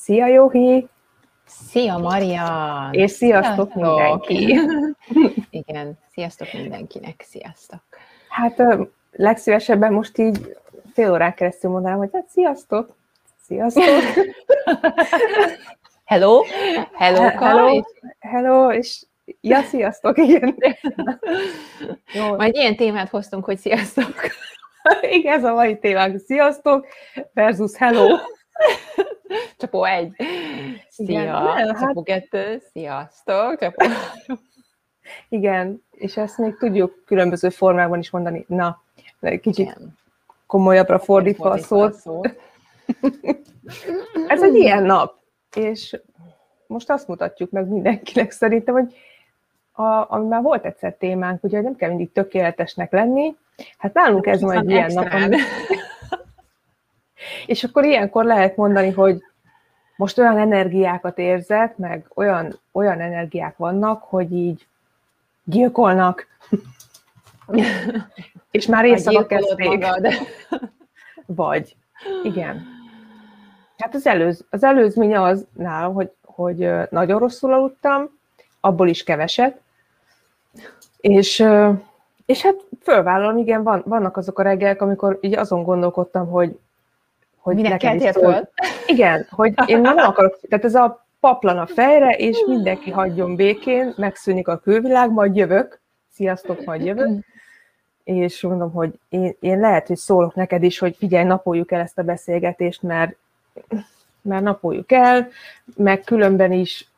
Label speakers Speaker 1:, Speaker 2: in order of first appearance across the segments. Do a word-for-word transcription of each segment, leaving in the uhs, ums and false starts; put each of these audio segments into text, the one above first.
Speaker 1: Szia, Johi!
Speaker 2: Szia, Marian!
Speaker 1: És sziasztok, sziasztok mindenki!
Speaker 2: Igen, sziasztok mindenkinek, sziasztok!
Speaker 1: Hát legszívesebben most így fél órán keresztül mondanám, hogy hát sziasztok! Sziasztok!
Speaker 2: Hello! Hello!
Speaker 1: Hello! Hello! És ja, sziasztok, igen!
Speaker 2: Jó. Majd ilyen témát hoztunk, hogy sziasztok!
Speaker 1: Igen, ez a mai témánk. Sziasztok versus hello!
Speaker 2: Csapó egy. Szia! Igen, csapó hát... kettő. Sziasztok! Csapó.
Speaker 1: Igen, és ezt még tudjuk különböző formákban is mondani. Na, kicsit igen. Komolyabbra fordítva a szót. szót. Ez egy ilyen nap, és most azt mutatjuk meg mindenkinek szerintem, hogy a, ami már volt egyszer témánk, ugye nem kell mindig tökéletesnek lenni, hát nálunk ez majd egy ilyen nap. Ami... És akkor ilyenkor lehet mondani, hogy most olyan energiákat érzek, meg olyan, olyan energiák vannak, hogy így gyilkolnak. És már éjszaka kezdték. Vagy. Igen. Hát az, előz, az előzmény az nálam, hogy, hogy nagyon rosszul aludtam, abból is keveset, és, és hát fölvállalom, igen, van, vannak azok a reggelek, amikor így azon gondolkodtam, hogy hogy
Speaker 2: minek keltél föl?
Speaker 1: Igen, hogy én nem akarok, tehát ez a paplan a fejre, és mindenki hagyjon békén, megszűnik a külvilág, majd jövök, sziasztok, majd jövök, és mondom, hogy én, én lehet, hogy szólok neked is, hogy figyelj, napoljuk el ezt a beszélgetést, mert, mert napoljuk el, meg különben is,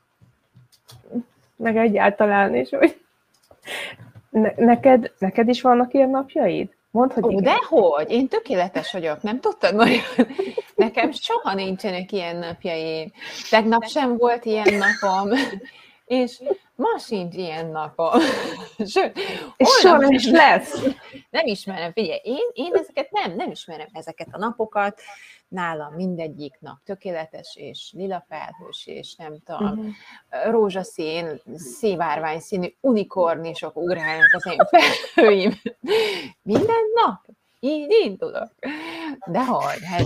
Speaker 1: meg egyáltalán is, hogy ne, neked, neked is vannak ilyen napjaid? Mondd, hogy
Speaker 2: Ó, dehogy, én tökéletes vagyok, nem tudtad, Marian? Nekem soha nincsenek ilyen napjaim. Tegnap sem volt ilyen napom, és ma sincs ilyen napom. Sőt,
Speaker 1: és soha nem is lesz.
Speaker 2: Nem ismerem, figyelj, én, én ezeket nem, nem ismerem ezeket a napokat. Nálam mindegyik nap tökéletes, és lila felhős, és nem tudom, uh-huh. rózsaszín, szivárvány színű unikornisok ugrálnak az én felhőim. Minden nap. Így indulok. Dehogy, hát...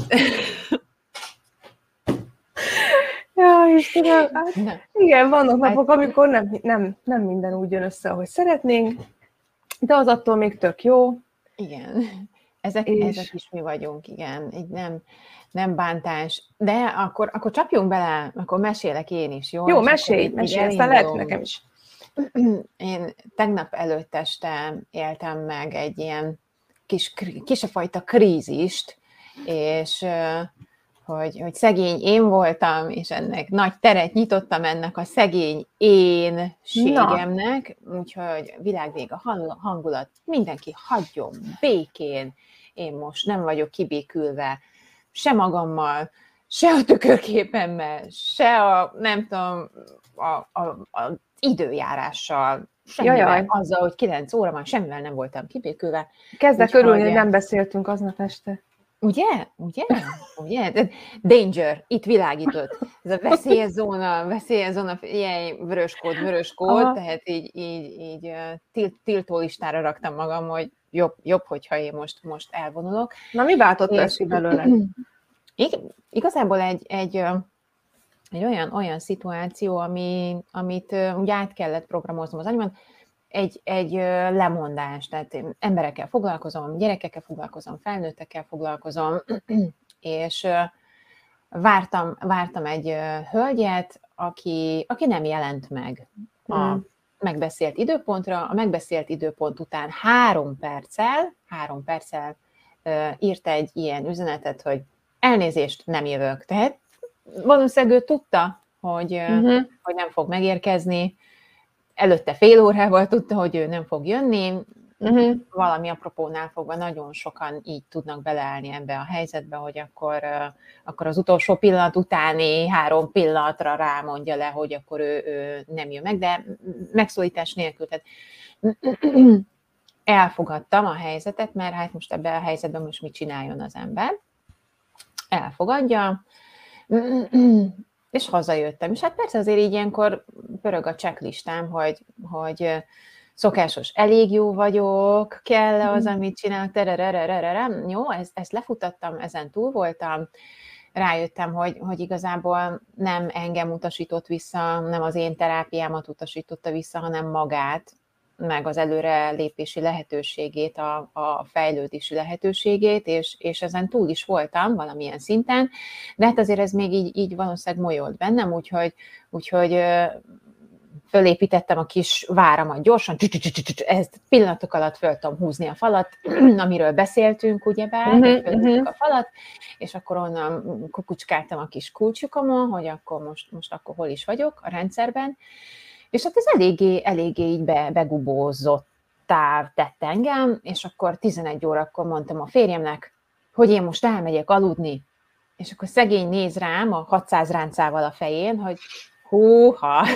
Speaker 1: Ja, Istenem, hát, igen, vannak napok, amikor nem, nem, nem minden úgy jön össze, ahogy szeretnénk, de az attól még tök jó.
Speaker 2: Igen. Ezek, és... ezek is mi vagyunk, igen. Így nem, nem bántás. De akkor, akkor csapjunk bele, akkor mesélek én is, jó?
Speaker 1: Jó, mesélj, mesélj, aztán lehet nekem is.
Speaker 2: Én tegnap előtt este éltem meg egy ilyen kis, kis a fajta krízist, és hogy, hogy szegény én voltam, és ennek nagy teret nyitottam ennek a szegény énségemnek, úgyhogy világvég a hangulat, mindenki hagyjon békén, én most nem vagyok kibékülve se magammal, se a tükörképemmel, se a, nem tudom, a, a, a időjárással, semmivel, azzal, hogy kilenc óra van, semmivel nem voltam kibékülve.
Speaker 1: Kezdek örülni, hogy nem beszéltünk aznap este.
Speaker 2: Ugye? Ugye? Ugye? Danger, itt világított. Ez a veszélyes zóna, veszélyes zóna, ilyen vörös kód, vörös kód, aha. Tehát így, így, így tilt, tiltó listára raktam magam, hogy jobb, jobb, hogyha én most, most elvonulok.
Speaker 1: Na, mi váltott eszi belőle?
Speaker 2: Igazából egy, egy, egy olyan, olyan szituáció, ami, amit ugye át kellett programoznom az agyban, Egy, egy lemondás, tehát emberekkel foglalkozom, gyerekekkel foglalkozom, felnőttekkel foglalkozom, és vártam, vártam egy hölgyet, aki, aki nem jelent meg a mm. megbeszélt időpontra. A megbeszélt időpont után három perccel, három perccel írt egy ilyen üzenetet, hogy elnézést, nem jövök. Tehát valószínűleg ő tudta, hogy, mm-hmm. hogy nem fog megérkezni, előtte fél órával tudta, hogy ő nem fog jönni, uh-huh. valami apropónál fogva nagyon sokan így tudnak beleállni ebbe a helyzetbe, hogy akkor, akkor az utolsó pillanat utáni három pillanatra rámondja le, hogy akkor ő, ő nem jön meg, de megszólítás nélkül. Tehát elfogadtam a helyzetet, mert hát most ebben a helyzetben most mit csináljon az ember. Elfogadja, és hazajöttem. És hát persze azért így ilyenkor pörög a checklistám, hogy, hogy szokásos, elég jó vagyok, kell az, amit csinálok, terererererem. Jó, ezt, ezt lefutattam, ezen túl voltam, rájöttem, hogy, hogy igazából nem engem utasított vissza, nem az én terápiámat utasította vissza, hanem magát, meg az előre lépési lehetőségét, a, a fejlődési lehetőségét, és, és ezen túl is voltam valamilyen szinten, de hát azért ez még így, így valószínűleg molyolt bennem, úgyhogy, úgyhogy fölépítettem a kis váramat gyorsan, ezt pillanatok alatt föl tudom húzni a falat, amiről beszéltünk, ugyebár, uh-huh, fölhúztuk a falat, és akkor onnan kukucskáltam a kis kulcsukomon, hogy akkor most, most akkor hol is vagyok a rendszerben, és hát ez eléggé, eléggé így be, begubózottá tett engem, és akkor tizenegy órakor mondtam a férjemnek, hogy én most elmegyek aludni, és akkor szegény néz rám a hatszáz ráncával a fején, hogy húha,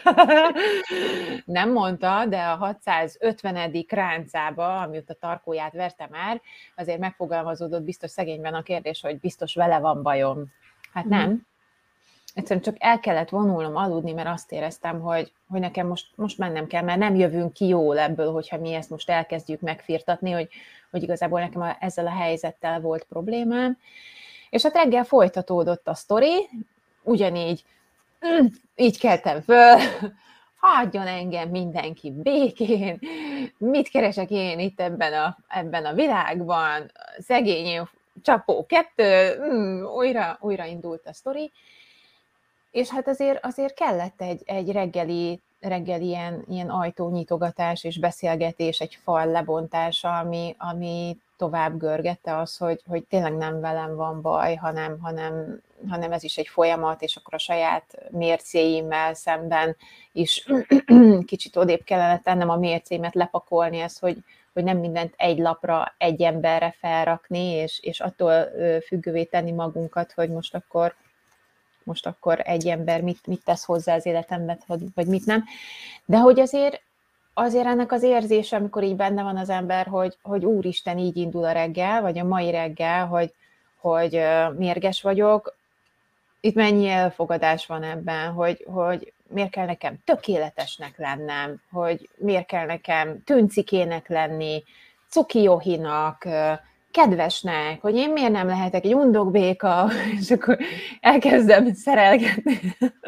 Speaker 2: nem mondta, de a hatszázötvenedik ráncába, amióta tarkóját verte már, azért megfogalmazódott biztos szegényben a kérdés, hogy biztos vele van bajom. Hát nem. Egyszerűen csak el kellett vonulnom aludni, mert azt éreztem, hogy, hogy nekem most, most mennem kell, mert nem jövünk ki jól ebből, hogyha mi ezt most elkezdjük megfirtatni, hogy, hogy igazából nekem a, ezzel a helyzettel volt problémám. És hát reggel folytatódott a sztori, ugyanígy így keltem föl, hagyjon engem mindenki békén, mit keresek én itt ebben a, ebben a világban, szegény csapó kettő, újra, újra indult a sztori, és hát azért, azért kellett egy, egy reggeli, reggeli ilyen, ilyen ajtónyitogatás és beszélgetés, egy fal lebontása, ami, ami tovább görgette az, hogy, hogy tényleg nem velem van baj, hanem, hanem, hanem ez is egy folyamat, és akkor a saját mércéimmel szemben is kicsit odébb kellene tennem a mércémet, lepakolni ezt, hogy, hogy nem mindent egy lapra, egy emberre felrakni, és, és attól függővé tenni magunkat, hogy most akkor, most akkor egy ember mit, mit tesz hozzá az életembe, vagy mit nem. De hogy azért azért ennek az érzése, amikor így benne van az ember, hogy, hogy úristen, így indul a reggel, vagy a mai reggel, hogy, hogy mérges vagyok, itt mennyi elfogadás van ebben, hogy, hogy miért kell nekem tökéletesnek lennem, hogy miért kell nekem tüncikének lenni, cukijohinak, kedvesnek, hogy én miért nem lehetek egy undokbéka, és akkor elkezdem szerelgetni.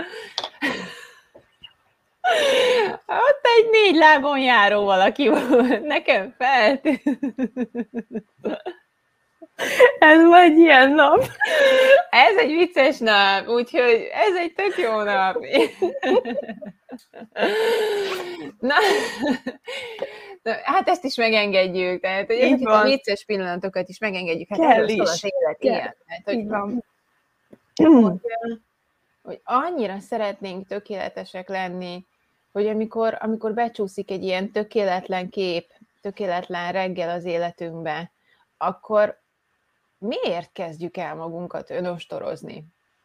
Speaker 2: Ott egy négy lábon járó valaki volt, nekem feltűnt.
Speaker 1: Ez vagy ilyen nap.
Speaker 2: Ez egy vicces nap, úgyhogy ez egy tök jó nap. Na, na hát ezt is megengedjük, tehát hogy ezeket a vicces pillanatokat is megengedjük. Hát
Speaker 1: kell is.
Speaker 2: Az élet, ilyen. Hát, hogy,
Speaker 1: így van.
Speaker 2: Hogy, hogy annyira szeretnénk tökéletesek lenni, hogy amikor, amikor becsúszik egy ilyen tökéletlen kép, tökéletlen reggel az életünkbe, akkor miért kezdjük el magunkat önostorozni?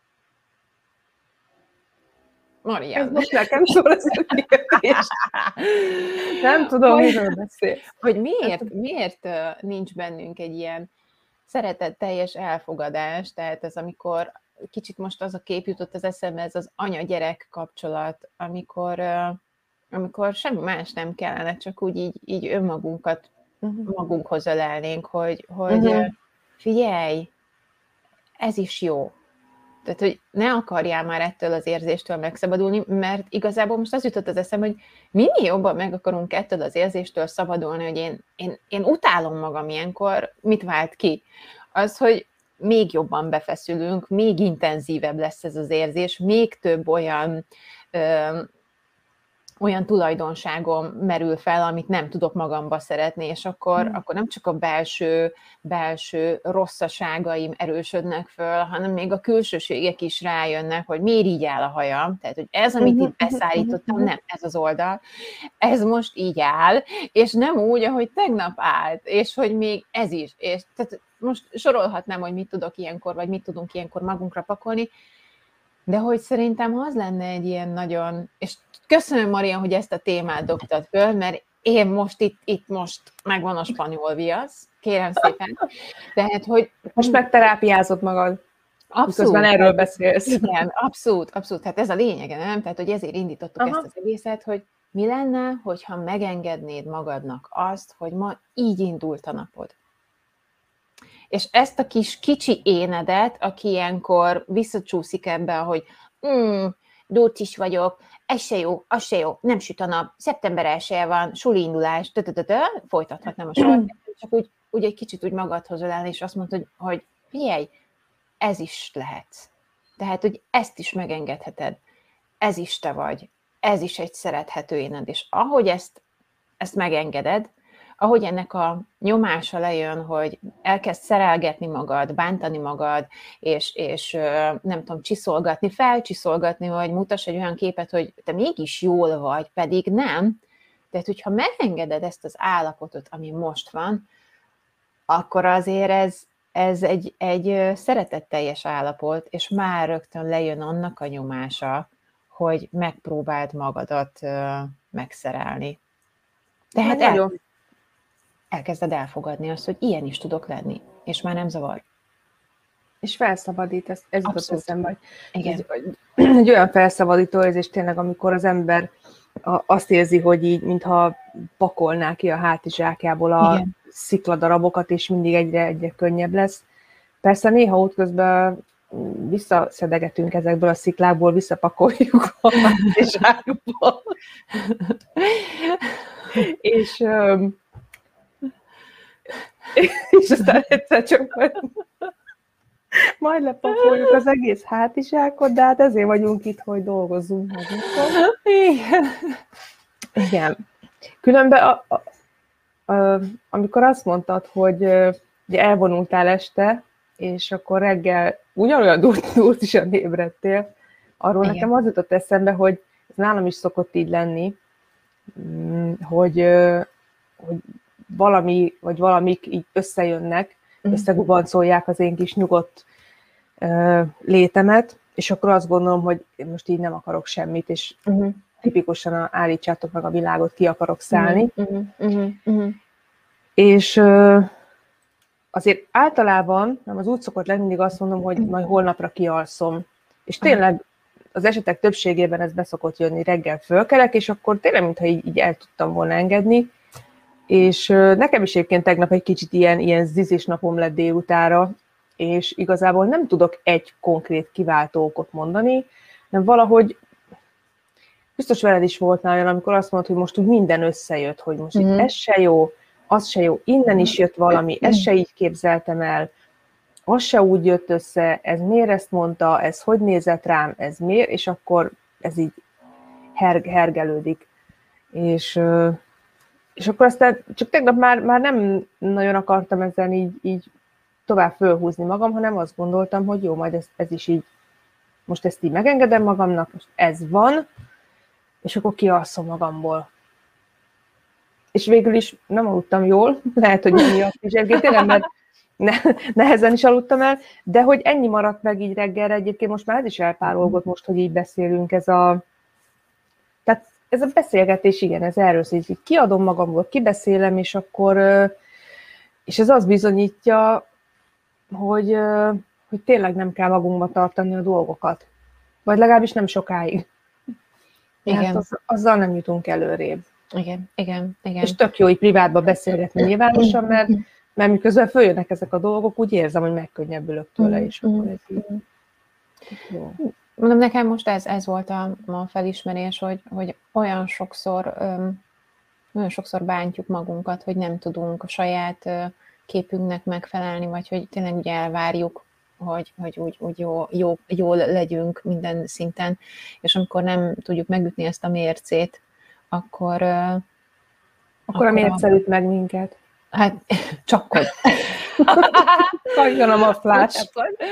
Speaker 2: Marian.
Speaker 1: Ez most nekem sor az kérdés. Nem tudom, miről beszél.
Speaker 2: Hogy miért, miért nincs bennünk egy ilyen szeretetteljes elfogadás, tehát ez amikor kicsit most az a kép jutott az eszembe, ez az anya-gyerek kapcsolat, amikor, amikor semmi más nem kellene, csak úgy így, így önmagunkat uh-huh. magunkhoz ölelnénk, hogy, hogy uh-huh. figyelj, ez is jó. Tehát, hogy ne akarjál már ettől az érzéstől megszabadulni, mert igazából most az jutott az eszembe, hogy minél jobban meg akarunk ettől az érzéstől szabadulni, hogy én, én, én utálom magam ilyenkor, mit vált ki? Az, hogy még jobban befeszülünk, még intenzívebb lesz ez az érzés, még több olyan, ö, olyan tulajdonságom merül fel, amit nem tudok magamba szeretni, és akkor, mm. akkor nem csak a belső, belső rosszaságaim erősödnek föl, hanem még a külsőségek is rájönnek, hogy miért így áll a hajam, tehát hogy ez, amit itt beszállítottam, nem ez az oldal, ez most így áll, és nem úgy, ahogy tegnap állt, és hogy még ez is, és tehát most sorolhatnám, hogy mit tudok ilyenkor, vagy mit tudunk ilyenkor magunkra pakolni, de hogy szerintem az lenne egy ilyen nagyon, és köszönöm, Maria, hogy ezt a témát dobtad föl, mert én most itt, itt most megvan a spanyol viasz, kérem szépen. Tehát, hogy...
Speaker 1: Most megterápiázod magad. Abszolút. Közben erről beszélsz.
Speaker 2: Igen, abszolút, abszolút. Hát ez a lényege, nem? Tehát, hogy ezért indítottuk Aha. ezt az egészet, hogy mi lenne, hogyha megengednéd magadnak azt, hogy ma így indult a napod. És ezt a kis kicsi énedet, aki ilyenkor visszacsúszik ebbe, hogy mm, dócis vagyok, ez se jó, az se jó, nem süt a nap, szeptember elseje van, suliindulás, folytathatnám a sort, csak úgy, úgy egy kicsit úgy magadhoz ölelni, és azt mondod, hogy, hogy figyelj, ez is lehetsz. Tehát, hogy ezt is megengedheted. Ez is te vagy. Ez is egy szerethető éned. És ahogy ezt, ezt megengeded, ahogy ennek a nyomása lejön, hogy elkezd szerelgetni magad, bántani magad, és, és nem tudom, csiszolgatni, felcsiszolgatni, hogy mutass egy olyan képet, hogy te mégis jól vagy, pedig nem. Tehát, hogyha megengeded ezt az állapotot, ami most van, akkor azért ez, ez egy, egy szeretetteljes állapot, és már rögtön lejön annak a nyomása, hogy megpróbáld magadat megszerelni. Tehát el, elkezded elfogadni azt, hogy ilyen is tudok lenni, és már nem zavar.
Speaker 1: És felszabadít, ez, ez jutott eszembe,
Speaker 2: hogy
Speaker 1: egy, egy olyan felszabadító érzés tényleg, amikor az ember azt érzi, hogy így, mintha pakolná ki a hátizsákjából a Igen. szikladarabokat, és mindig egyre, egyre könnyebb lesz. Persze néha útközben visszaszedegetünk ezekből a sziklákból, visszapakoljuk a hátizsákba. és, és aztán egyszer csak majd, majd lepakoljuk az egész hátizsákot, de hát ezért vagyunk itt, hogy dolgozzunk magunkon.
Speaker 2: Igen.
Speaker 1: Igen. Különben, a, a, a, amikor azt mondtad, hogy ugye elvonultál este, és akkor reggel ugyanolyan durcisan ébredtél, arról Igen. nekem az jutott eszembe, hogy ez nálam is szokott így lenni, hogy, hogy valami, vagy valamik így összejönnek, összegubancolják az én kis nyugodt létemet, és akkor azt gondolom, hogy most így nem akarok semmit, és uh-huh. tipikusan állítsátok meg a világot, ki akarok szállni. Uh-huh. Uh-huh. Uh-huh. És azért általában, nem az úgy szokott lenni, mindig azt mondom, hogy majd holnapra kialszom. És tényleg az esetek többségében ez beszokott jönni, reggel fölkelek, és akkor tényleg, mintha így, így el tudtam volna engedni. És nekem is egyébként tegnap egy kicsit ilyen, ilyen zizis napom lett délutára, és igazából nem tudok egy konkrét kiváltó okot mondani, hanem valahogy biztos veled is volt olyan, amikor azt mondod, hogy most úgy minden összejött, hogy most mm-hmm. itt ez se jó, az se jó, innen is jött valami, ezt se így képzeltem el, az se úgy jött össze, ez miért ezt mondta, ez hogy nézett rám, ez miért, és akkor ez így herg, hergelődik. És, és akkor aztán csak tegnap már, már nem nagyon akartam ezen így, így tovább fölhúzni magam, hanem azt gondoltam, hogy jó, majd ez, ez is így, most ezt így megengedem magamnak, most ez van, és akkor kialszom magamból. És végül is nem aludtam jól, lehet, hogy miatt is egyébként, mert ne, nehezen is aludtam el, de hogy ennyi maradt meg így reggelre, egyébként most már ez is elpárolgott most, hogy így beszélünk, ez a, tehát ez a beszélgetés, igen, ez erről, hogy így kiadom magamból, kibeszélem, és akkor, és ez azt bizonyítja, hogy, hogy tényleg nem kell magunkba tartani a dolgokat. Vagy legalábbis nem sokáig. Igen. Hát az, azzal nem jutunk előrébb.
Speaker 2: Igen, igen, igen.
Speaker 1: És tök jó így privátba beszélgetni nyilvánosan, mert, mert miközben följönnek ezek a dolgok, úgy érzem, hogy megkönnyebbülök tőle, és akkor ez így jó.
Speaker 2: Mondom, nekem most ez, ez volt a, a felismerés, hogy, hogy olyan sokszor, öm, olyan sokszor bántjuk magunkat, hogy nem tudunk a saját képünknek megfelelni, vagy hogy tényleg ugye elvárjuk, hogy, hogy úgy, úgy jó, jó, jól legyünk minden szinten, és amikor nem tudjuk megütni ezt a mércét, akkor...
Speaker 1: Akkor, akkor a mérce üt meg minket.
Speaker 2: Hát, csak hogy.
Speaker 1: Kajjon a maflás.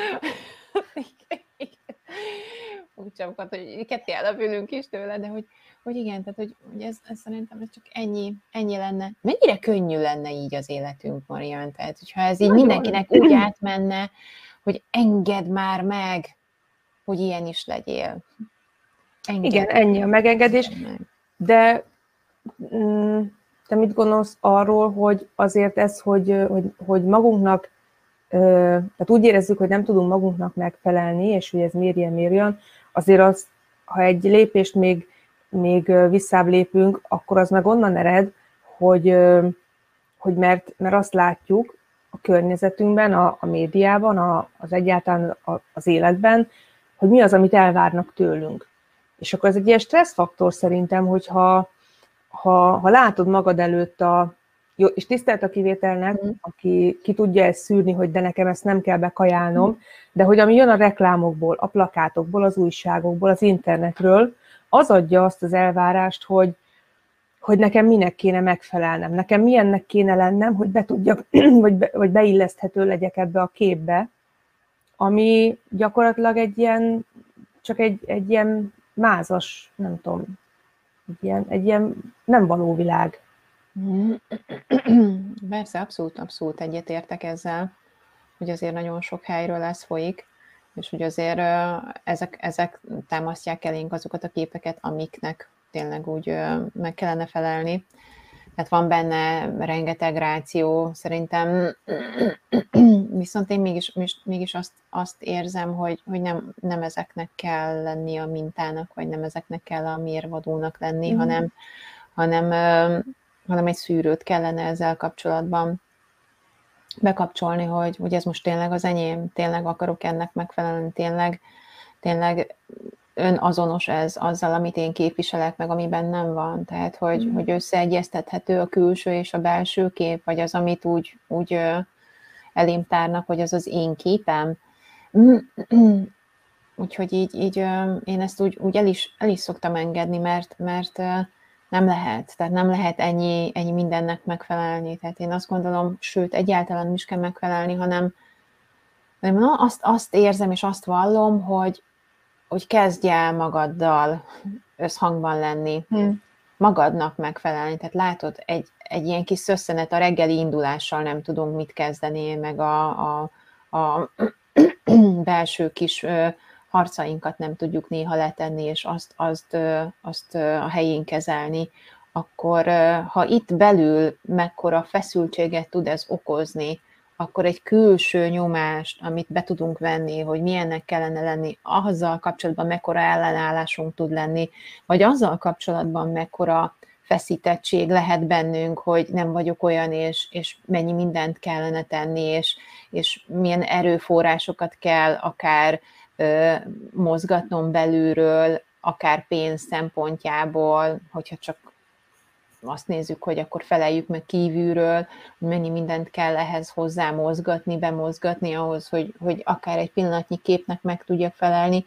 Speaker 2: Úgy csapkat, hogy ketté elapülünk is tőle, de hogy, hogy igen, tehát hogy, hogy ez, ez szerintem ez csak ennyi, ennyi lenne. Mennyire könnyű lenne így az életünk, Marian? Tehát, hogyha ez így nagyon mindenkinek úgy átmenne, hogy engedd már meg, hogy ilyen is legyél.
Speaker 1: Engedd. Igen, ennyi a megengedés, de te mit gondolsz arról, hogy azért ez, hogy, hogy, hogy magunknak, tehát úgy érezzük, hogy nem tudunk magunknak megfelelni, és hogy ez miért ilyen, miért olyan, azért az, ha egy lépést még, még visszább lépünk, akkor az meg onnan ered, hogy, hogy mert, mert azt látjuk, környezetünkben, a, a médiában, a, az egyáltalán a, az életben, hogy mi az, amit elvárnak tőlünk. És akkor ez egy ilyen stresszfaktor szerintem, hogyha ha, ha látod magad előtt a, jó, és tisztelt a kivételnek, mm. aki ki tudja ezt szűrni, hogy de nekem ezt nem kell bekajálnom, mm. de hogy ami jön a reklámokból, a plakátokból, az újságokból, az internetről, az adja azt az elvárást, hogy, hogy nekem minek kéne megfelelnem, nekem milyennek kéne lennem, hogy be tudjak, vagy, be, vagy beilleszthető legyek ebbe a képbe, ami gyakorlatilag egy ilyen, csak egy, egy ilyen mázas, nem tudom, egy ilyen, egy ilyen nem való világ.
Speaker 2: Persze, abszolút, abszolút egyetértek ezzel, hogy azért nagyon sok helyről ez folyik, és hogy azért ezek, ezek támasztják elénk azokat a képeket, amiknek tényleg úgy meg kellene felelni. Tehát van benne rengeteg ráció, szerintem, viszont én mégis, mégis azt, azt érzem, hogy, hogy nem, nem ezeknek kell lenni a mintának, vagy nem ezeknek kell a mérvadónak lenni, mm. hanem, hanem, hanem egy szűrőt kellene ezzel kapcsolatban bekapcsolni, hogy, hogy ez most tényleg az enyém, tényleg akarok ennek megfelelni, tényleg, tényleg önazonos ez azzal, amit én képviselek, meg ami bennem van. Tehát, hogy, mm. hogy összeegyeztethető a külső és a belső kép, vagy az, amit úgy, úgy elém tárnak, hogy az az én képem. Úgyhogy így, így én ezt úgy, úgy el, is, el is szoktam engedni, mert, mert nem lehet. Tehát nem lehet ennyi, ennyi mindennek megfelelni. Tehát én azt gondolom, sőt, egyáltalán nem is kell megfelelni, hanem, hanem azt, azt érzem és azt vallom, hogy hogy kezdj el magaddal összhangban lenni, hmm. magadnak megfelelni. Tehát látod, egy, egy ilyen kis szösszenet a reggeli indulással nem tudunk mit kezdeni, meg a, a, a belső kis harcainkat nem tudjuk néha letenni, és azt, azt, azt a helyén kezelni, akkor ha itt belül mekkora feszültséget tud ez okozni, akkor egy külső nyomást, amit be tudunk venni, hogy milyennek kellene lenni, azzal kapcsolatban mekkora ellenállásunk tud lenni, vagy azzal kapcsolatban mekkora feszítettség lehet bennünk, hogy nem vagyok olyan, és, és mennyi mindent kellene tenni, és, és milyen erőforrásokat kell akár ö, mozgatnom belülről, akár pénz szempontjából, hogyha csak azt nézzük, hogy akkor feleljük meg kívülről, hogy mennyi mindent kell ehhez hozzá mozgatni, bemozgatni ahhoz, hogy, hogy akár egy pillanatnyi képnek meg tudjak felelni,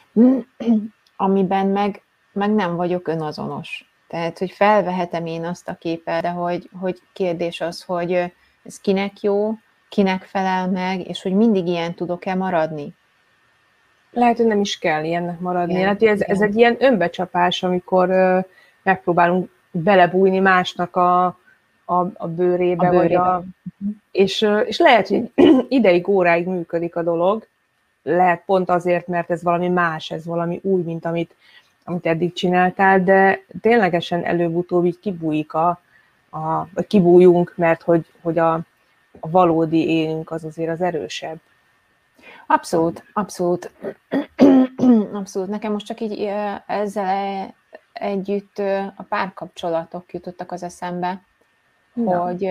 Speaker 2: amiben meg, meg nem vagyok önazonos. Tehát, hogy felvehetem én azt a képet, de hogy, hogy kérdés az, hogy ez kinek jó, kinek felel meg, és hogy mindig ilyen tudok-e maradni.
Speaker 1: Lehet, hogy nem is kell ilyennek maradni. Hát ez, ez egy ilyen önbecsapás, amikor uh, megpróbálunk belebújni másnak a, a, a bőrébe, a bőrébe. Vagy a, és, és lehet, hogy ideig, óráig működik a dolog, lehet pont azért, mert ez valami más, ez valami új, mint amit, amit eddig csináltál, de ténylegesen előbb-utóbb így kibújik a, a vagy kibújunk, mert hogy, hogy a, a valódi énünk az azért az erősebb.
Speaker 2: Abszolút, abszolút. Abszolút. Nekem most csak így ezzel együtt a párkapcsolatok jutottak az eszembe, ja. hogy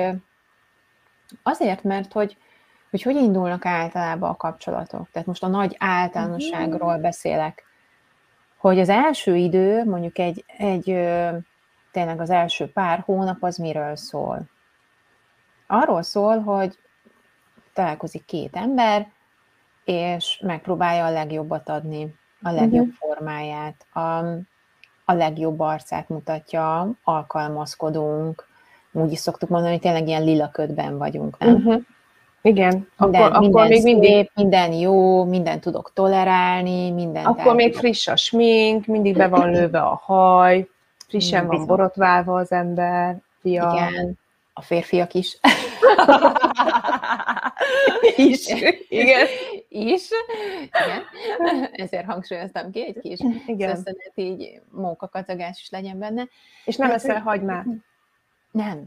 Speaker 2: azért, mert hogy, hogy hogy indulnak általában a kapcsolatok. Tehát most a nagy általánosságról beszélek, hogy az első idő, mondjuk egy, egy tényleg az első pár hónap az miről szól? Arról szól, hogy találkozik két ember, és megpróbálja a legjobbat adni, a legjobb uh-huh. formáját, a, a legjobb arcát mutatja, alkalmazkodunk, úgy is szoktuk mondani, hogy tényleg ilyen lila ködben vagyunk, nem?
Speaker 1: Uh-huh. Igen,
Speaker 2: minden,
Speaker 1: akkor,
Speaker 2: minden
Speaker 1: akkor még
Speaker 2: szép,
Speaker 1: mindig...
Speaker 2: minden jó, minden tudok tolerálni, minden...
Speaker 1: Akkor még friss a smink, mindig be van lőve a haj, frissen van borotválva az ember, fia.
Speaker 2: Igen, a férfiak is.
Speaker 1: is, igen.
Speaker 2: Is, igen. Ezért hangsúlyoztam ki, egy kis szösszenet, így mókakacagás is legyen benne.
Speaker 1: És nem eszel hagymát?
Speaker 2: Nem.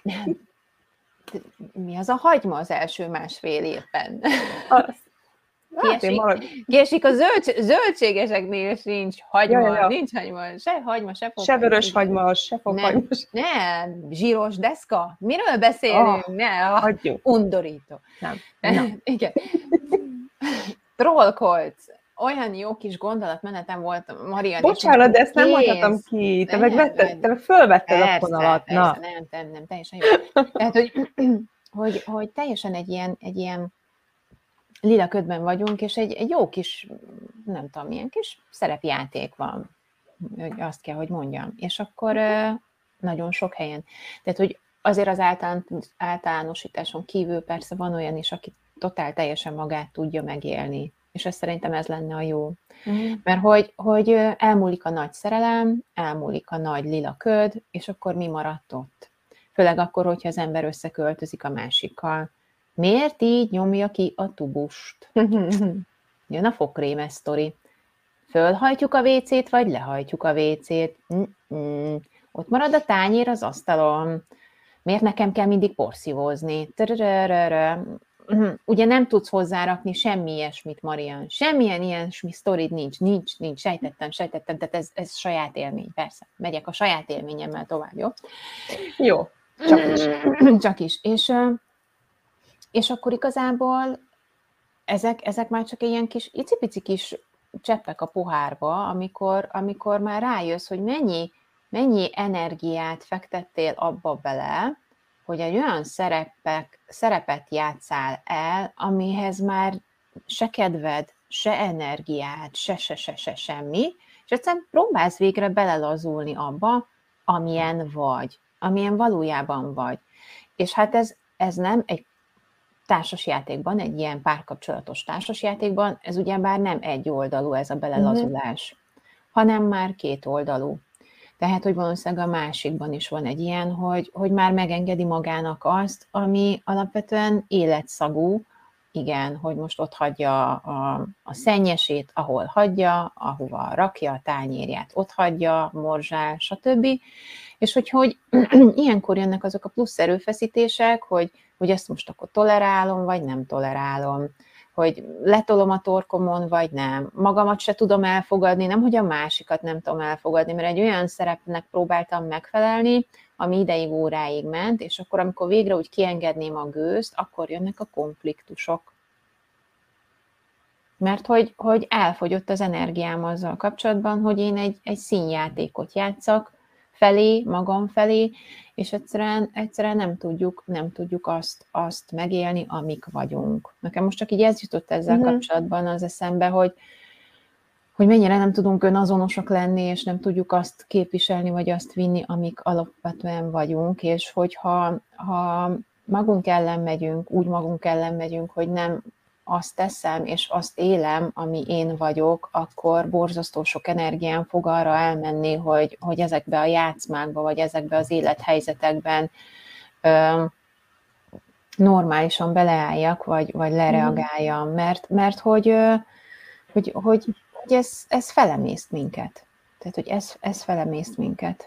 Speaker 2: Nem. Mi az a hagyma az első másfél évben?
Speaker 1: Az. Hát,
Speaker 2: kiesik, kiesik a zöld, zöldségeseknél sincs hagyma, ja, ja, ja. nincs hagyma, se hagyma, se fokhagyma.
Speaker 1: Se vörös hagyma, se fokhagyma.
Speaker 2: Nem, nem, zsíros deszka. Miről beszélünk? Oh, ne, ah, undorító.
Speaker 1: Nem.
Speaker 2: Igen. Trollkolc. Olyan jó kis gondolatmenetem volt, Marian.
Speaker 1: Bocsánat, de ezt nem hagyhatom ki. Te meg, vetted, te meg fölvetted persze, a fonalat.
Speaker 2: Persze, Na. nem, nem, nem, teljesen jó. Tehát, hogy, hogy, hogy teljesen egy ilyen, egy ilyen lila ködben vagyunk, és egy, egy jó kis, nem tudom, milyen kis szerepjáték van, hogy azt kell, hogy mondjam. És akkor nagyon sok helyen. Tehát, hogy azért az általán, általánosításon kívül persze van olyan is, aki totál teljesen magát tudja megélni. És ez szerintem ez lenne a jó. Mm. Mert hogy, hogy elmúlik a nagy szerelem, elmúlik a nagy lila köd, és akkor mi maradt ott? Főleg akkor, hogyha az ember összeköltözik a másikkal. Miért így nyomja ki a tubust? Jön a fokrémes sztori. Fölhajtjuk a vécét, vagy lehajtjuk a vécét? Mm-mm. Ott marad a tányér az asztalon. Miért nekem kell mindig porszívózni? Ugye nem tudsz hozzárakni semmi ilyesmit, Marian. Semmilyen ilyesmi sztorid nincs, nincs, nincs, sejtettem, sejtettem, tehát ez, ez saját élmény, persze. Megyek a saját élményemmel tovább, jó?
Speaker 1: Jó, csak is.
Speaker 2: Csak is. És, és akkor igazából ezek, ezek már csak ilyen kis, icipici kis cseppek a pohárba, amikor, amikor már rájössz, hogy mennyi, mennyi energiát fektettél abba bele, hogy egy olyan szerepek, szerepet játsszál el, amihez már se kedved, se energiád, se, se, se, se semmi, és egyszerűen próbálsz végre belelazulni abba, amilyen vagy, amilyen valójában vagy. És hát ez, ez nem egy társasjátékban, egy ilyen párkapcsolatos társasjátékban, ez ugyebár nem egy oldalú ez a belelazulás, uh-huh. hanem már két oldalú. Tehát, hogy valószínűleg a másikban is van egy ilyen, hogy, hogy már megengedi magának azt, ami alapvetően életszagú, igen, hogy most ott hagyja a, a szennyesét, ahol hagyja, ahova rakja a tányérját, ott hagyja, morzsál, stb. És hogy, hogy ilyenkor jönnek azok a plusz erőfeszítések, hogy, hogy ezt most akkor tolerálom, vagy nem tolerálom, hogy letolom a torkomon, vagy nem. Magamat se tudom elfogadni, nem, hogy a másikat nem tudom elfogadni, mert egy olyan szerepnek próbáltam megfelelni, ami ideig, óráig ment, és akkor, amikor végre úgy kiengedném a gőzt, akkor jönnek a konfliktusok. Mert hogy, hogy elfogyott az energiám azzal kapcsolatban, hogy én egy, egy színjátékot játszak felé, magam felé, és egyszerűen, egyszerűen nem tudjuk, nem tudjuk azt, azt megélni, amik vagyunk. Nekem most csak így ez jutott ezzel uh-huh. kapcsolatban az eszembe, hogy, hogy mennyire nem tudunk önazonosak lenni, és nem tudjuk azt képviselni, vagy azt vinni, amik alapvetően vagyunk, és hogyha ha magunk ellen megyünk, úgy magunk ellen megyünk, hogy nem azt teszem, és azt élem, ami én vagyok, akkor borzasztó sok energiám fog arra elmenni, hogy, hogy ezekbe a játszmákba, vagy ezekbe az élethelyzetekben ö, normálisan beleálljak, vagy, vagy lereagáljam, mert, mert hogy, ö, hogy, hogy, hogy ez, ez felemészt minket. Tehát, hogy ez, ez felemészt minket.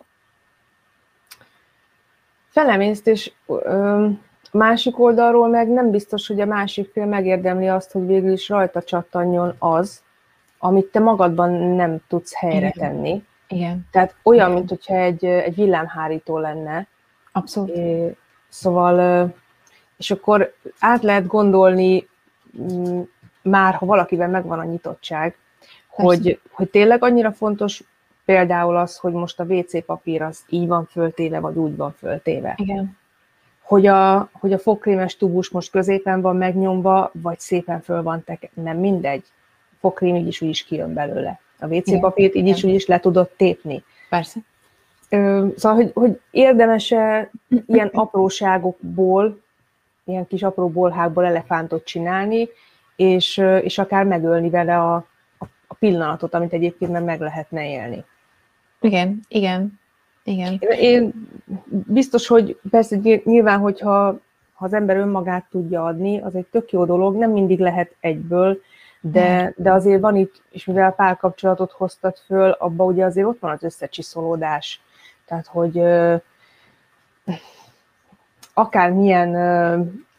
Speaker 1: Felemészt, és ö, másik oldalról meg nem biztos, hogy a másik fél megérdemli azt, hogy végül is rajta csattanjon az, amit te magadban nem tudsz helyre
Speaker 2: Igen.
Speaker 1: tenni.
Speaker 2: Igen.
Speaker 1: Tehát olyan,
Speaker 2: Igen.
Speaker 1: mint hogyha egy, egy villámhárító lenne.
Speaker 2: Abszolút.
Speaker 1: É, szóval, és akkor át lehet gondolni már, ha valakiben megvan a nyitottság, hogy, hogy tényleg annyira fontos például az, hogy most a vé cé papír az így van föltéve, vagy úgy van föltéve.
Speaker 2: Igen.
Speaker 1: Hogy a, hogy a fogkrémes tubus most középen van megnyomva, vagy szépen föl van teke, nem mindegy. A fogkrém így is úgy is kijön belőle. A vé cé papírt így is úgy is le tudod tépni.
Speaker 2: Persze.
Speaker 1: Ö, szóval, hogy, hogy érdemes-e ilyen apróságokból, ilyen kis apró bolhákból elefántot csinálni, és, és akár megölni vele a, a, a pillanatot, amit egyébként nem meg lehetne élni.
Speaker 2: Igen, igen. Igen.
Speaker 1: Én biztos, hogy persze nyilván, hogyha ha az ember önmagát tudja adni, az egy tök jó dolog, nem mindig lehet egyből, de, de azért van itt, és mivel párkapcsolatot hoztad föl, abban ugye azért ott van az összecsiszolódás. Tehát, hogy ö, akármilyen ö,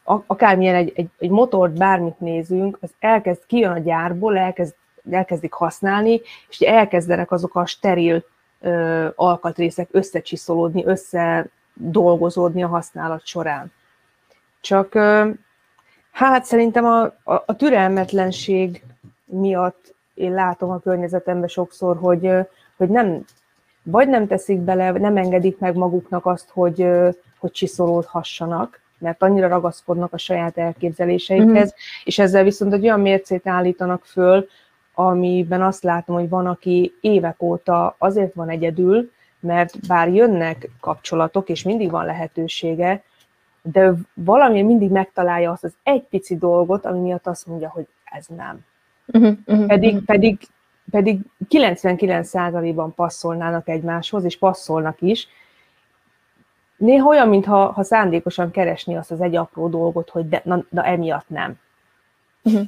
Speaker 1: akármilyen egy, egy, egy motort, bármit nézünk, az elkezd, kijön a gyárból, elkezd, elkezdik használni, és elkezdenek azok a steril ö, alkatrészek összecsiszolódni, összedolgozódni a használat során. Csak ö, hát szerintem a, a, a türelmetlenség miatt én látom a környezetemben sokszor, hogy, hogy nem, vagy nem teszik bele, nem engedik meg maguknak azt, hogy, hogy csiszolódhassanak, mert annyira ragaszkodnak a saját elképzeléseikhez, mm-hmm. és ezzel viszont egy olyan mércét állítanak föl, amiben azt látom, hogy van, aki évek óta azért van egyedül, mert bár jönnek kapcsolatok, és mindig van lehetősége, de valami mindig megtalálja azt az egy pici dolgot, ami miatt azt mondja, hogy ez nem. Uh-huh, uh-huh, pedig, uh-huh. pedig, pedig kilencvenkilenc százalékban passzolnának egymáshoz, és passzolnak is. Néha olyan, mintha ha szándékosan keresni azt az egy apró dolgot, hogy de, na, na emiatt nem.
Speaker 2: Uh-huh.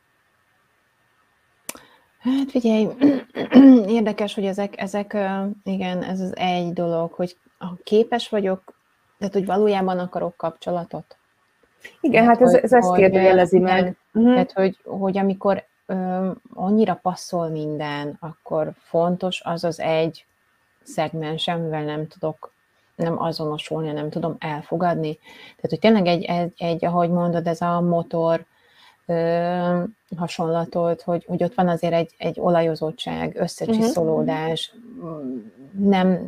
Speaker 2: Hát figyelj, érdekes, hogy ezek, ezek, igen, ez az egy dolog, hogy képes vagyok, tehát hogy valójában akarok kapcsolatot.
Speaker 1: Igen, tehát, hát ez, ez ezt kérdőjelezi meg.
Speaker 2: Uh-huh. Tehát, hogy, hogy amikor ö, annyira passzol minden, akkor fontos az az egy szegmens, amivel nem tudok nem azonosulni, nem tudom elfogadni. Tehát, hogy tényleg egy, egy, egy ahogy mondod, ez a motor ö, hasonlatot, hogy, hogy ott van azért egy, egy olajozottság, összecsiszolódás, uh-huh. nem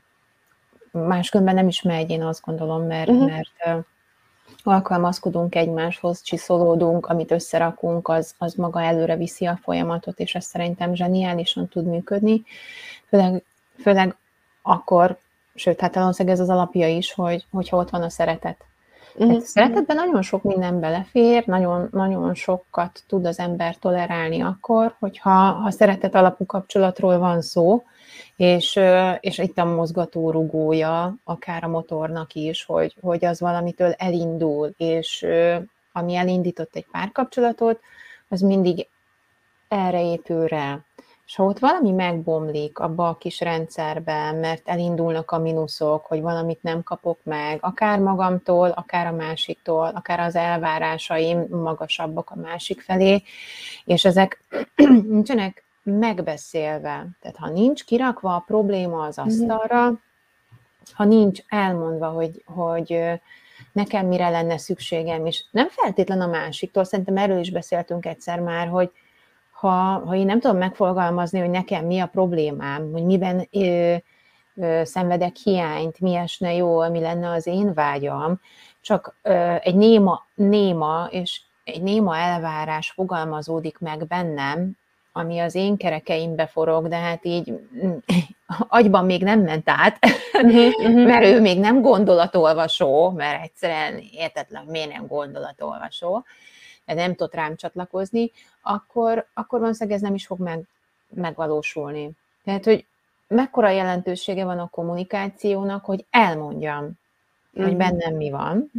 Speaker 2: máskülönben nem is megy, én azt gondolom, mert, uh-huh. mert uh, alkalmazkodunk egymáshoz, csiszolódunk, amit összerakunk, az, az maga előre viszi a folyamatot, és ez szerintem zseniálisan tud működni. Főleg, főleg akkor, sőt, hát valószínűleg ez az alapja is, hogy, hogyha ott van a szeretet. Uh-huh. A szeretetben nagyon sok minden belefér, nagyon, nagyon sokat tud az ember tolerálni akkor, hogyha ha szeretet alapú kapcsolatról van szó, és, és itt a mozgatórugója, akár a motornak is, hogy, hogy az valamitől elindul, és ami elindított egy párkapcsolatot, az mindig erre épül rá. És ha ott valami megbomlik abba a kis rendszerben, mert elindulnak a mínuszok, hogy valamit nem kapok meg, akár magamtól, akár a másiktól, akár az elvárásaim magasabbak a másik felé, és ezek nincsenek megbeszélve. Tehát ha nincs kirakva a probléma az asztalra, ha nincs elmondva, hogy, hogy nekem mire lenne szükségem, és nem feltétlen a másiktól, szerintem erről is beszéltünk egyszer már, hogy ha, ha én nem tudom megfogalmazni, hogy nekem mi a problémám, hogy miben ö, ö, szenvedek hiányt, mi esne jól, mi lenne az én vágyam, csak ö, egy néma, néma és egy néma elvárás fogalmazódik meg bennem, ami az én kerekeimbe forog, de hát így agyban még nem ment át, mert ő még nem gondolatolvasó, mert egyszerűen értetlen, miért nem gondolatolvasó, de nem tud rám csatlakozni, akkor, akkor valószínűleg ez nem is fog meg, megvalósulni. Tehát, hogy mekkora jelentősége van a kommunikációnak, hogy elmondjam, uh-huh. hogy bennem mi van,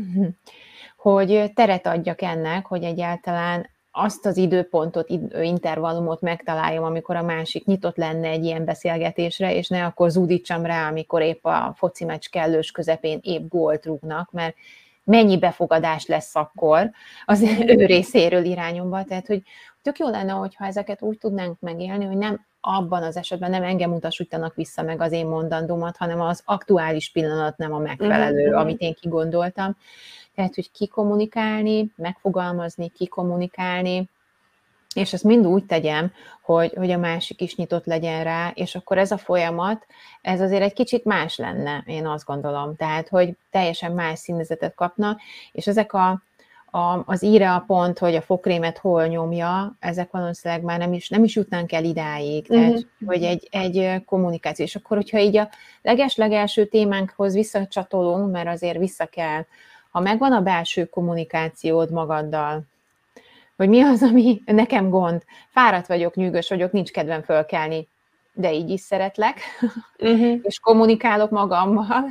Speaker 2: hogy teret adjak ennek, hogy egyáltalán azt az időpontot, intervallumot megtaláljam, amikor a másik nyitott lenne egy ilyen beszélgetésre, és ne akkor zúdítsam rá, amikor épp a foci meccs kellős közepén épp gólt rúgnak, mert mennyi befogadás lesz akkor az ő részéről irányomba. Tehát, hogy tök jó lenne, hogyha ezeket úgy tudnánk megélni, hogy nem abban az esetben nem engem utasítanak vissza meg az én mondandómat, hanem az aktuális pillanat nem a megfelelő, mm-hmm. amit én kigondoltam. Tehát, hogy kikommunikálni, megfogalmazni, kikommunikálni, és ezt mind úgy tegyem, hogy, hogy a másik is nyitott legyen rá, és akkor ez a folyamat, ez azért egy kicsit más lenne, én azt gondolom. Tehát, hogy teljesen más színezetet kapna, és ezek a, a, az íre a pont, hogy a fogkrémet hol nyomja, ezek valószínűleg már nem is, nem is jutnánk el idáig. Tehát, uh-huh. hogy egy, egy kommunikáció. És akkor, hogyha így a leges-legelső témánkhoz visszacsatolunk, mert azért vissza kell, ha megvan a belső kommunikációd magaddal, hogy mi az, ami nekem gond, fáradt vagyok, nyűgös vagyok, nincs kedvem fölkelni, de így is szeretlek, uh-huh. és kommunikálok magammal,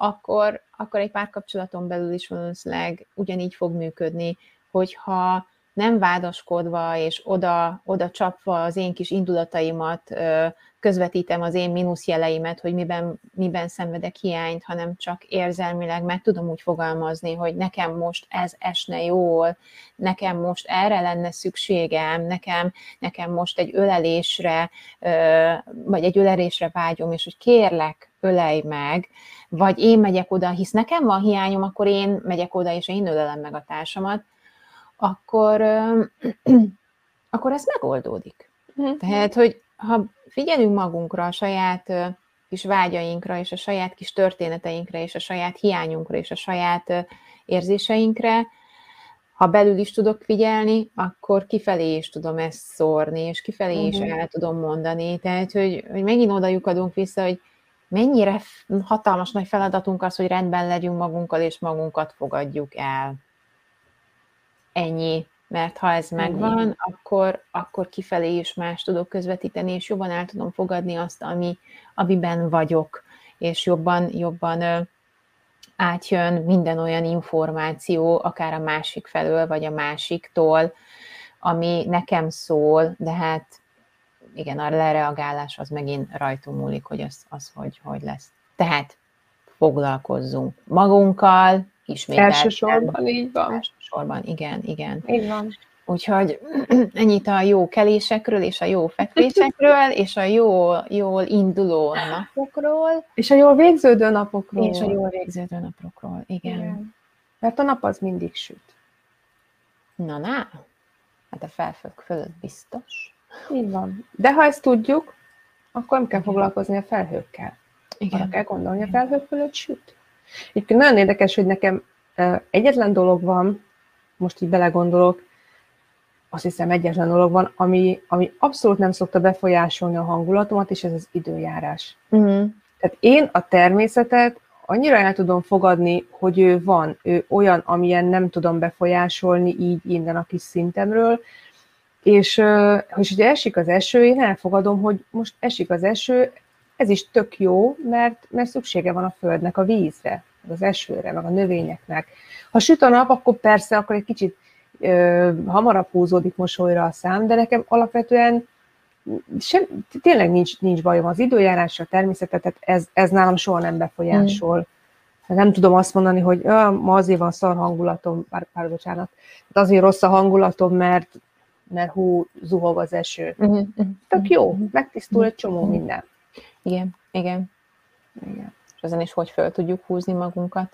Speaker 2: akkor, akkor egy párkapcsolaton belül is valószínűleg ugyanígy fog működni, hogyha nem vádaskodva és oda, oda csapva az én kis indulataimat, közvetítem az én mínuszjeleimet, hogy miben, miben szenvedek hiányt, hanem csak érzelmileg meg tudom úgy fogalmazni, hogy nekem most ez esne jól, nekem most erre lenne szükségem, nekem, nekem most egy ölelésre, vagy egy ölelésre vágyom, és hogy kérlek, ölelj meg, vagy én megyek oda, hisz nekem van hiányom, akkor én megyek oda, és én ölelem meg a társamat, akkor, akkor ez megoldódik. Mm. Tehát, hogy ha figyelünk magunkra, a saját kis vágyainkra, és a saját kis történeteinkre, és a saját hiányunkra, és a saját érzéseinkre, ha belül is tudok figyelni, akkor kifelé is tudom ezt szórni, és kifelé uh-huh. is el tudom mondani. Tehát, hogy, hogy megint oda lyukadunk vissza, hogy mennyire hatalmas nagy feladatunk az, hogy rendben legyünk magunkkal, és magunkat fogadjuk el. Ennyi. Mert ha ez megvan, akkor, akkor kifelé is más tudok közvetíteni, és jobban el tudom fogadni azt, ami, amiben vagyok, és jobban, jobban ö, átjön minden olyan információ, akár a másik felől, vagy a másiktól, ami nekem szól, de hát igen, a lereagálás az megint rajtunk múlik, hogy az, az hogy, hogy lesz. Tehát foglalkozzunk magunkkal, ismételten.
Speaker 1: Elsősorban, így van.
Speaker 2: Elsősorban, igen, igen.
Speaker 1: Így van.
Speaker 2: Úgyhogy ennyit a jó kelésekről, és a jó fekvésekről, és a jó, jól induló napokról.
Speaker 1: És a jól végződő napokról.
Speaker 2: És a jól végződő napokról, igen. igen.
Speaker 1: Mert a nap az mindig süt.
Speaker 2: Na, na, hát a felfők fölött biztos.
Speaker 1: Így van. De ha ezt tudjuk, akkor nem kell foglalkozni a felhőkkel. Igen. Arra kell gondolni, a felhők fölött süt. Egyébként nagyon érdekes, hogy nekem egyetlen dolog van, most így belegondolok, azt hiszem egyetlen dolog van, ami, ami abszolút nem szokta befolyásolni a hangulatomat, és ez az időjárás. Uh-huh. Tehát én a természetet annyira el tudom fogadni, hogy ő van, ő olyan, amilyen nem tudom befolyásolni így innen a kis szintemről, és hogy ugye esik az eső, én elfogadom, hogy most esik az eső, ez is tök jó, mert, mert szüksége van a földnek a vízre, az esőre, meg a növényeknek. Ha süt a nap, akkor persze, akkor egy kicsit ö, hamarabb húzódik mosolyra a szám, de nekem alapvetően sem, tényleg nincs, nincs bajom az időjárásra, a természetet, tehát ez, ez nálam soha nem befolyásol. Mm. Nem tudom azt mondani, hogy ma azért van szar hangulatom, pár, pár bocsánat, azért rossz a hangulatom, mert, mert hú, zuhog az eső. Mm-hmm. Tök jó, megtisztul egy csomó mm-hmm. minden.
Speaker 2: Igen, igen. igen. És ezen is hogy föl tudjuk húzni magunkat?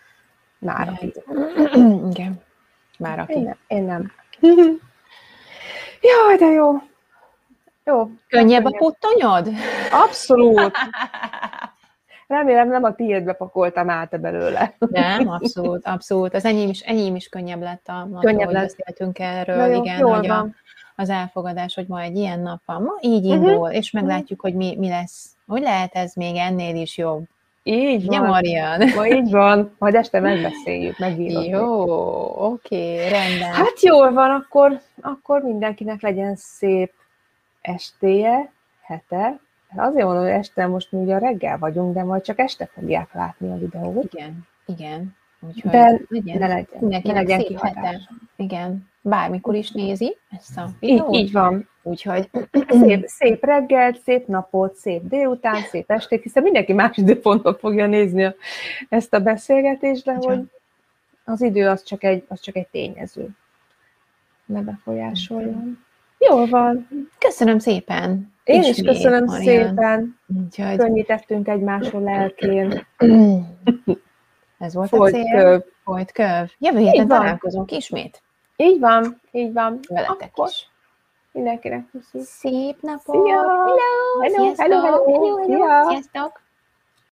Speaker 1: Már aki.
Speaker 2: Igen. Már aki.
Speaker 1: Én nem. Én nem. Jaj, de jó. Jó.
Speaker 2: Könnyebb a puttonyod?
Speaker 1: Abszolút. Remélem nem a tiédbe pakoltam át belőle.
Speaker 2: Nem, abszolút, abszolút. Az enyém is, enyém is könnyebb lett a nap, hogy beszéltünk erről.
Speaker 1: Jó,
Speaker 2: igen, hogy a, az elfogadás, hogy ma egy ilyen nap van, ma így indul, uh-huh. és meglátjuk, hogy mi, mi lesz. Hogy lehet ez még ennél is jobb?
Speaker 1: Így van.
Speaker 2: Marian.
Speaker 1: Ma így van. Majd este megbeszéljük, megírod.
Speaker 2: Jó, oké, okay, rendben.
Speaker 1: Hát jól van, akkor, akkor mindenkinek legyen szép estéje, hete. Azért mondom, hogy este most mi ugye reggel vagyunk, de majd csak este fogják látni a videót.
Speaker 2: Igen, igen. Úgyhogy
Speaker 1: de
Speaker 2: legyen,
Speaker 1: ne legyen,
Speaker 2: ne legyen szép hete. Igen, bármikor is nézi ezt a videót.
Speaker 1: Így, így van.
Speaker 2: Úgyhogy
Speaker 1: szép, szép reggelt, szép napot, szép délután, szép estét, hiszen mindenki más időpontban fogja nézni a, ezt a beszélgetést, de hogy az idő az csak egy, az csak egy tényező. Ne befolyásoljon. Jól van.
Speaker 2: Köszönöm szépen.
Speaker 1: Én is köszönöm Marian. Szépen.
Speaker 2: Úgyhogy...
Speaker 1: Könnyítettünk egymásról lelkén.
Speaker 2: Ez volt
Speaker 1: Folyt
Speaker 2: a cél.
Speaker 1: Köv.
Speaker 2: Folyt köv. Jövő héten találkozunk ismét.
Speaker 1: Így van, így van.
Speaker 2: Veletek
Speaker 1: Akkor
Speaker 2: is.
Speaker 1: Mindenkinek köszönöm.
Speaker 2: Szép napot!
Speaker 1: Szia!
Speaker 2: Hello!
Speaker 1: Hello,
Speaker 2: Sziasztok!
Speaker 1: hello, hello.
Speaker 2: Hello, hello.
Speaker 1: Szia.
Speaker 2: Sziasztok!